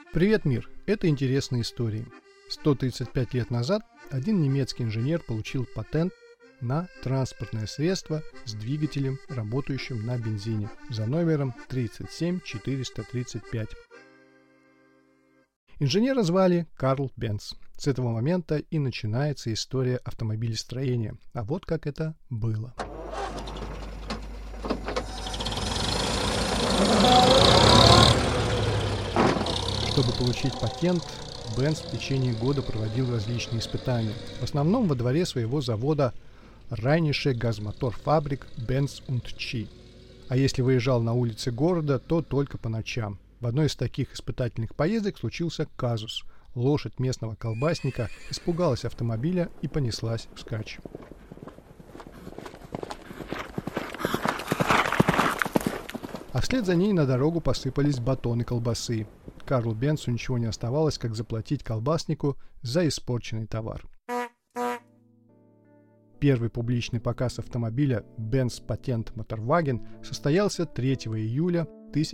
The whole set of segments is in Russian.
Привет, мир! Это интересные истории. 135 лет назад один немецкий инженер получил патент на транспортное средство с двигателем, работающим на бензине, за номером 37435. Инженера звали Карл Бенц. С этого момента и начинается история автомобилестроения. А вот как это было. Чтобы получить патент, Бенц в течение года проводил различные испытания. В основном во дворе своего завода Rheinische Gasmotorfabrik Benz und Cie. А если выезжал на улицы города, то только по ночам. В одной из таких испытательных поездок случился казус. Лошадь местного колбасника испугалась автомобиля и понеслась вскачь. А вслед за ней на дорогу посыпались батоны колбасы. Карлу Бенцу ничего не оставалось, как заплатить колбаснику за испорченный товар. Первый публичный показ автомобиля Benz Patent Motorwagen состоялся 3 июля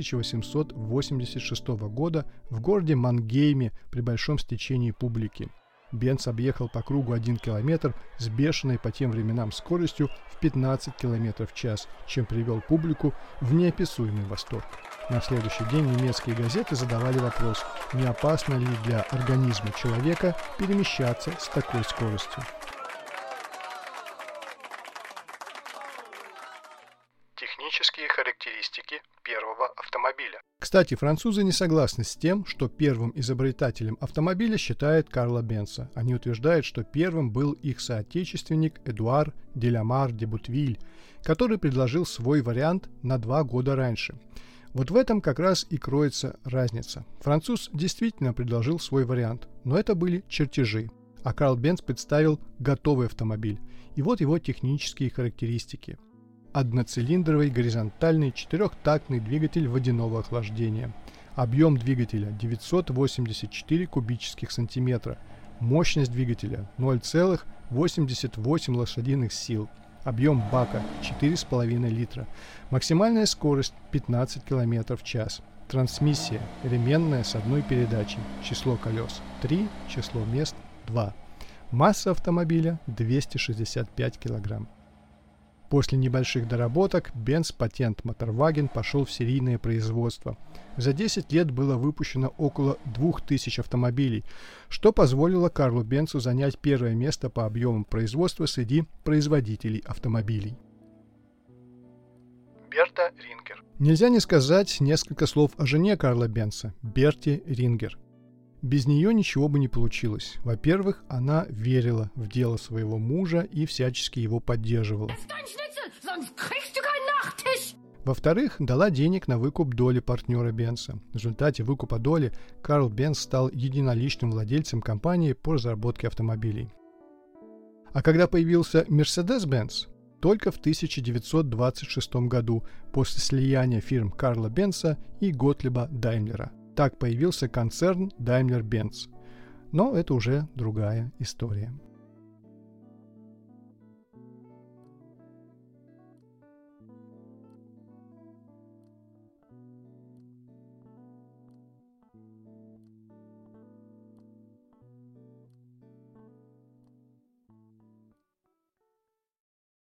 1886 года в городе Мангейме при большом стечении публики. Бенц объехал по кругу 1 километр с бешеной по тем временам скоростью в 15 км в час, чем привел публику в неописуемый восторг. На следующий день немецкие газеты задавали вопрос, не опасно ли для организма человека перемещаться с такой скоростью. Технические характеристики первого автомобиля. Кстати, французы не согласны с тем, что первым изобретателем автомобиля считают Карла Бенца. Они утверждают, что первым был их соотечественник Эдуар де Ламар де Бутвиль, который предложил свой вариант на 2 года раньше. Вот в этом как раз и кроется разница. Француз действительно предложил свой вариант, но это были чертежи, а Карл Бенц представил готовый автомобиль. И вот его технические характеристики. Одноцилиндровый горизонтальный 4-тактный двигатель водяного охлаждения. Объем двигателя 984 кубических сантиметра. Мощность двигателя 0,88 лошадиных сил. Объем бака 4,5 литра. Максимальная скорость 15 км в час. Трансмиссия ременная с одной передачей. Число колес 3, число мест 2. Масса автомобиля 265 кг. После небольших доработок Benz Patent Motorwagen пошел в серийное производство. За 10 лет было выпущено около 2000 автомобилей, что позволило Карлу Бенцу занять первое место по объемам производства среди производителей автомобилей. Берта Рингер. Нельзя не сказать несколько слов о жене Карла Бенца, Берте Рингер. Без нее ничего бы не получилось. Во-первых, она верила в дело своего мужа и всячески его поддерживала. Во-вторых, дала денег на выкуп доли партнера Бенца. В результате выкупа доли Карл Бенц стал единоличным владельцем компании по разработке автомобилей. А когда появился Mercedes-Benz, только в 1926 году, после слияния фирм Карла Бенца и Готлиба Даймлера. Так появился концерн Daimler-Benz. Но это уже другая история.